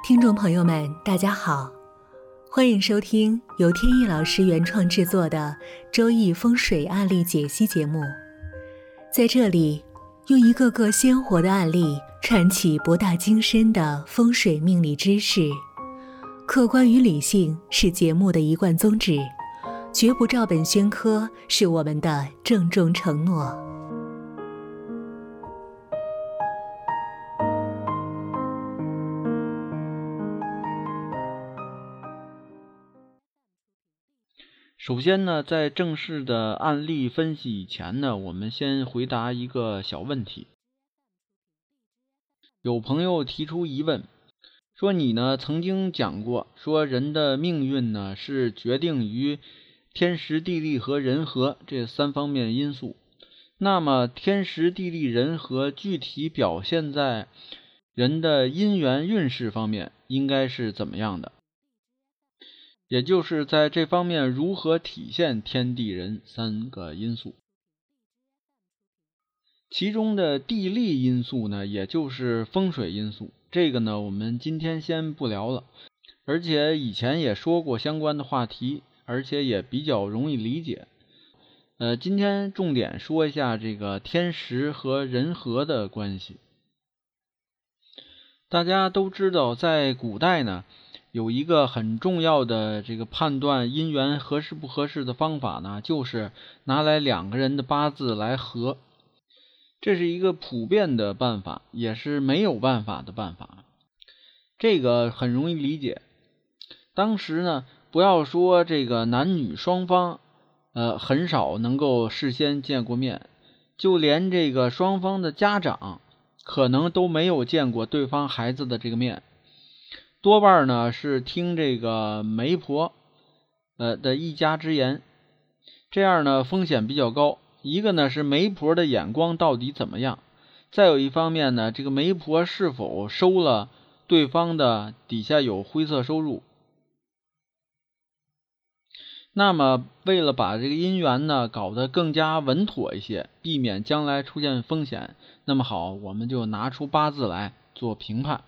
听众朋友们，大家好，欢迎收听由天意老师原创制作的周易风水案例解析节目。在这里，用一个个鲜活的案例串起博大精深的风水命理知识。客观与理性是节目的一贯宗旨，绝不照本宣科是我们的郑重承诺。 首先呢，在正式的案例分析以前呢，我们先回答一个小问题。有朋友提出疑问，说你呢曾经讲过，说人的命运呢是决定于天时地利和人和这三方面因素。那么天时地利人和具体表现在人的姻缘运势方面应该是怎么样的？也就是在这方面如何体现天地人三个因素。其中的地利因素呢，也就是风水因素，这个呢我们今天先不聊了，而且以前也说过相关的话题，而且也比较容易理解。今天重点说一下这个天时和人和的关系。大家都知道，在古代呢，有一个很重要的这个判断姻缘合适不合适的方法呢，就是拿来两个人的八字来合。这是一个普遍的办法，也是没有办法的办法。这个很容易理解。当时呢，不要说这个男女双方很少能够事先见过面，就连这个双方的家长可能都没有见过对方孩子的这个面，多半呢是听这个媒婆的一家之言，这样呢风险比较高。一个呢是媒婆的眼光到底怎么样，再有一方面呢，这个媒婆是否收了对方的底下有灰色收入。那么为了把这个姻缘呢搞得更加稳妥一些，避免将来出现风险，那么好，我们就拿出八字来做评判。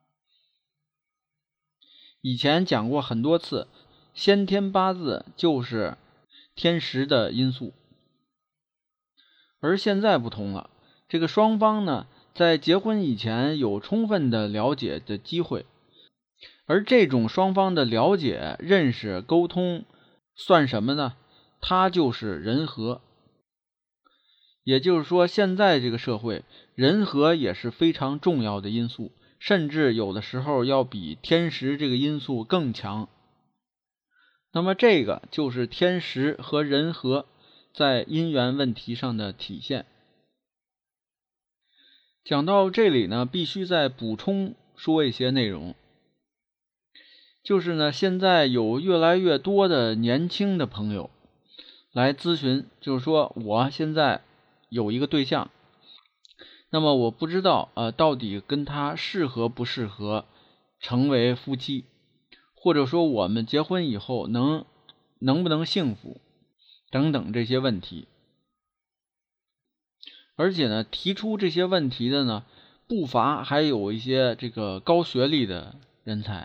以前讲过很多次，先天八字就是天时的因素。而现在不同了，这个双方呢在结婚以前有充分的了解的机会，而这种双方的了解、认识、沟通算什么呢？它就是人和。也就是说，现在这个社会，人和也是非常重要的因素，甚至有的时候要比天时这个因素更强。那么这个就是天时和人和在姻缘问题上的体现。讲到这里呢，必须再补充说一些内容。就是呢，现在有越来越多的年轻的朋友来咨询，就是说我现在有一个对象，那么我不知道到底跟他适合不适合成为夫妻，或者说我们结婚以后能不能幸福等等这些问题。而且呢，提出这些问题的呢，不乏还有一些这个高学历的人才。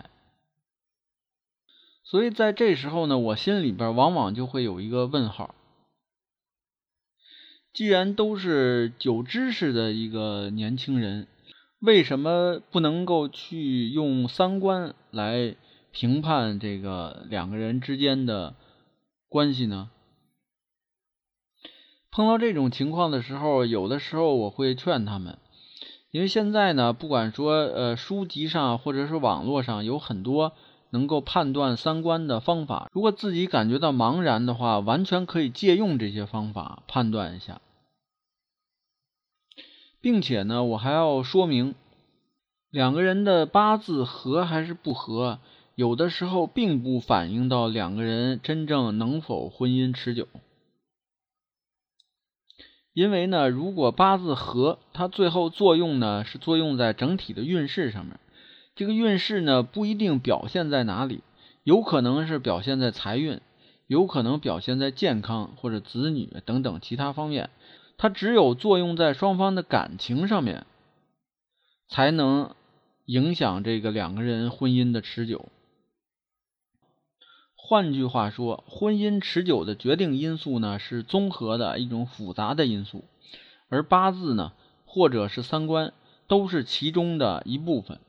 所以在这时候呢，我心里边往往就会有一个问号。既然都是有知识的一个年轻人，为什么不能够去用三观来评判这个两个人之间的关系呢？碰到这种情况的时候，有的时候我会劝他们，因为现在呢，不管说书籍上或者是网络上有很多能够判断三观的方法，如果自己感觉到茫然的话，完全可以借用这些方法判断一下。并且呢，我还要说明，两个人的八字合还是不合，有的时候并不反映到两个人真正能否婚姻持久。因为呢，如果八字合，它最后作用呢是作用在整体的运势上面。这个运势呢不一定表现在哪里，有可能是表现在财运，有可能表现在健康或者子女等等其他方面。它只有作用在双方的感情上面，才能影响这个两个人婚姻的持久。换句话说，婚姻持久的决定因素呢是综合的一种复杂的因素，而八字呢或者是三观都是其中的一部分。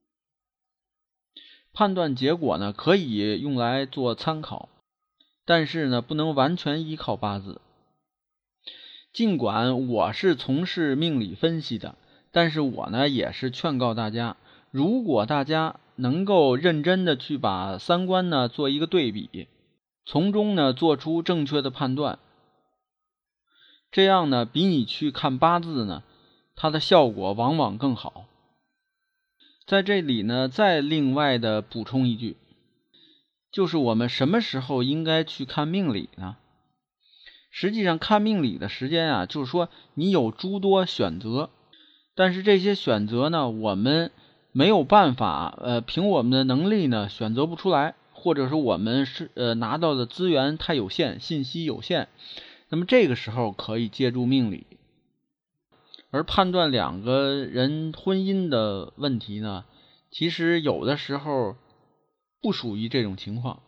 判断结果呢可以用来做参考，但是呢不能完全依靠八字。尽管我是从事命理分析的，但是我呢也是劝告大家，如果大家能够认真的去把三观呢做一个对比，从中呢做出正确的判断，这样呢比你去看八字呢它的效果往往更好。在这里呢再另外的补充一句，就是我们什么时候应该去看命理呢？实际上看命理的时间啊，就是说你有诸多选择，但是这些选择呢我们没有办法凭我们的能力呢选择不出来，或者说我们是拿到的资源太有限，信息有限，那么这个时候可以借助命理。而判断两个人婚姻的问题呢，其实有的时候不属于这种情况。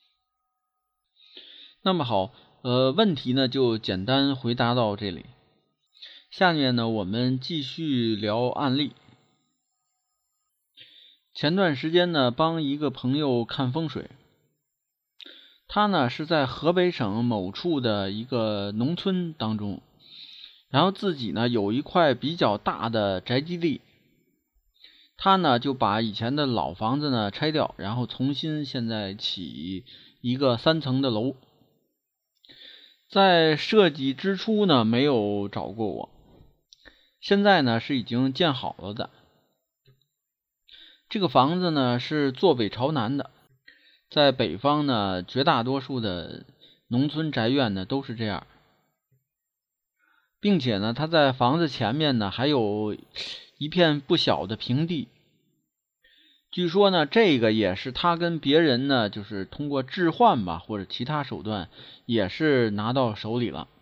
那么好，问题呢就简单回答到这里。下面呢我们继续聊案例。前段时间呢帮一个朋友看风水，他呢是在河北省某处的一个农村当中，然后自己呢有一块比较大的宅基地，他呢就把以前的老房子呢拆掉，然后重新现在起一个3层的楼。在设计之初呢没有找过我，现在呢是已经建好了的。这个房子呢是坐北朝南的，在北方呢绝大多数的农村宅院呢都是这样，并且呢它在房子前面呢还有一片不小的平地。据说呢这个也是他跟别人呢就是通过置换吧或者其他手段也是拿到手里了。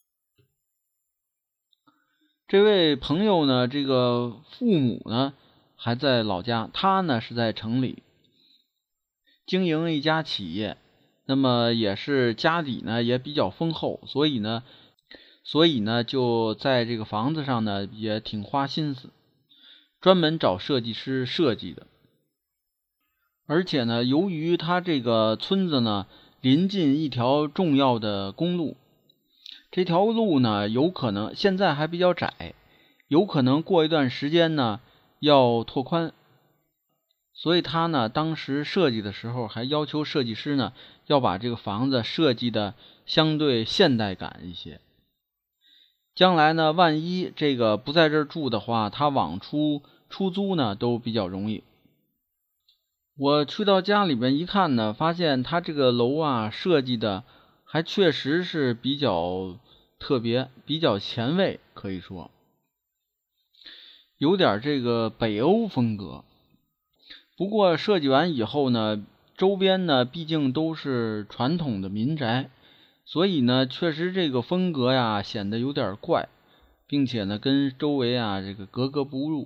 这位朋友呢这个父母呢还在老家，他呢是在城里经营一家企业，那么也是家底呢也比较丰厚，所以呢就在这个房子上呢也挺花心思，专门找设计师设计的。而且呢由于他这个村子呢临近一条重要的公路，这条路呢有可能现在还比较窄，有可能过一段时间呢要拓宽，所以他呢当时设计的时候还要求设计师呢要把这个房子设计的相对现代感一些，将来呢万一这个不在这儿住的话，他往出租呢都比较容易。我去到家里边一看呢，发现他这个楼啊设计的还确实是比较特别，比较前卫，可以说有点这个北欧风格。不过设计完以后呢，周边呢毕竟都是传统的民宅，所以呢确实这个风格呀显得有点怪，并且呢跟周围啊这个格格不入。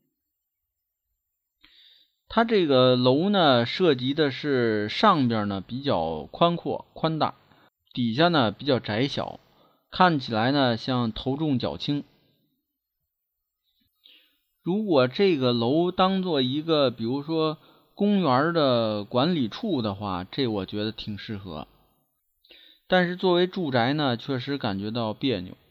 它这个楼呢设计的是上边呢比较宽阔宽大，底下呢比较窄小，看起来呢像头重脚轻。如果这个楼当做一个比如说公园的管理处的话，这我觉得挺适合，但是作为住宅呢确实感觉到别扭。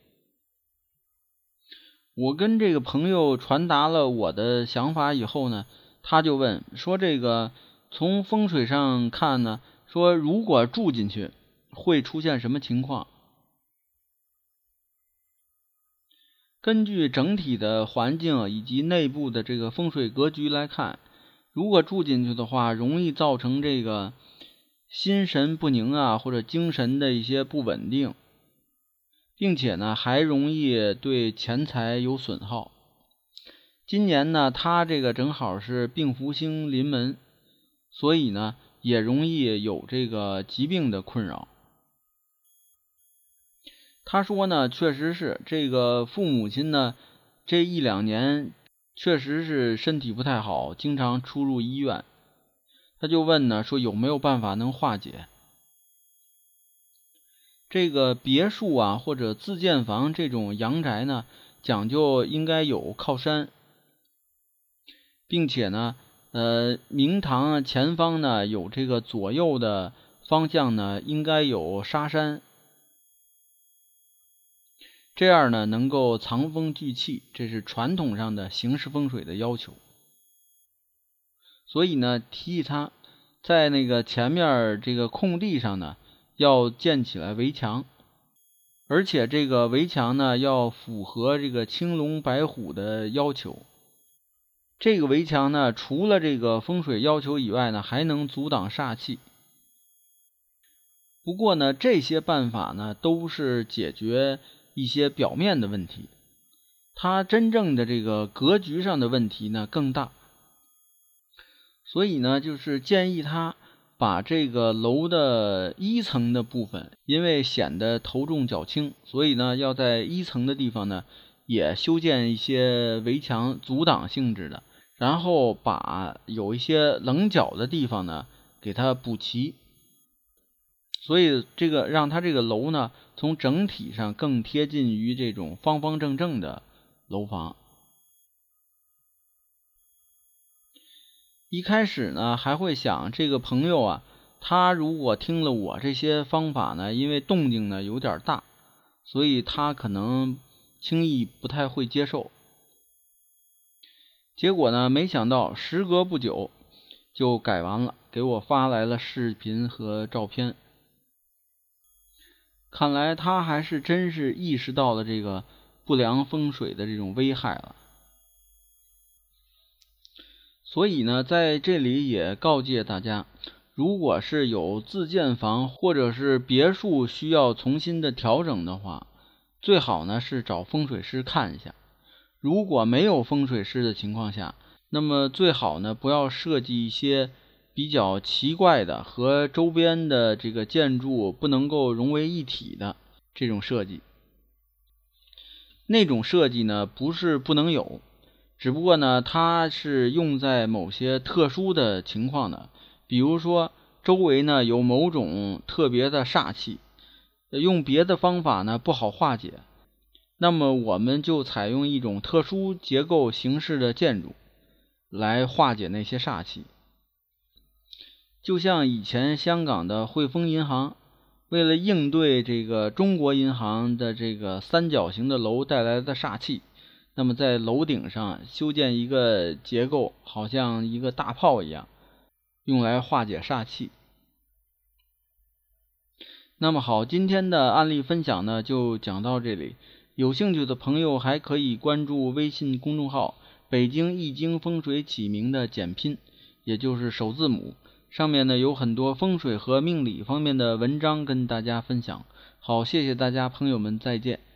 我跟这个朋友传达了我的想法以后呢，他就问说，这个从风水上看呢，说如果住进去会出现什么情况？根据整体的环境以及内部的这个风水格局来看，如果住进去的话，容易造成这个心神不宁啊，或者精神的一些不稳定，并且呢还容易对钱财有损耗。今年呢他这个正好是病符星临门，所以呢也容易有这个疾病的困扰。他说呢确实是这个父母亲呢这1-2年确实是身体不太好，经常出入医院。他就问呢，说有没有办法能化解？这个别墅啊或者自建房这种阳宅呢，讲究应该有靠山，并且呢明堂啊前方呢有这个左右的方向呢应该有沙山，这样呢能够藏风聚气，这是传统上的形式风水的要求。所以呢提议他在那个前面这个空地上呢要建起来围墙，而且这个围墙呢要符合这个青龙白虎的要求。这个围墙呢除了这个风水要求以外呢，还能阻挡煞气。不过呢这些办法呢都是解决一些表面的问题，它真正的这个格局上的问题呢更大。所以呢就是建议他把这个楼的一层的部分，因为显得头重脚轻，所以呢要在一层的地方呢也修建一些围墙阻挡性质的，然后把有一些棱角的地方呢给它补齐，所以这个让它这个楼呢从整体上更贴近于这种方方正正的楼房。一开始呢还会想，这个朋友啊，他如果听了我这些方法呢，因为动静呢有点大，所以他可能轻易不太会接受。结果呢没想到时隔不久就改完了，给我发来了视频和照片。看来他还是真是意识到了这个不良风水的这种危害了。所以呢在这里也告诫大家，如果是有自建房或者是别墅需要重新的调整的话，最好呢是找风水师看一下。如果没有风水师的情况下，那么最好呢不要设计一些比较奇怪的和周边的这个建筑不能够融为一体的这种设计。那种设计呢不是不能有，只不过呢它是用在某些特殊的情况的，比如说周围呢有某种特别的煞气，用别的方法呢不好化解，那么我们就采用一种特殊结构形式的建筑来化解那些煞气。就像以前香港的汇丰银行为了应对这个中国银行的这个三角形的楼带来的煞气，那么在楼顶上修建一个结构，好像一个大炮一样，用来化解煞气。那么好，今天的案例分享呢就讲到这里，有兴趣的朋友还可以关注微信公众号北京易经风水起名的简拼，也就是首字母，上面呢有很多风水和命理方面的文章跟大家分享。好，谢谢大家，朋友们再见。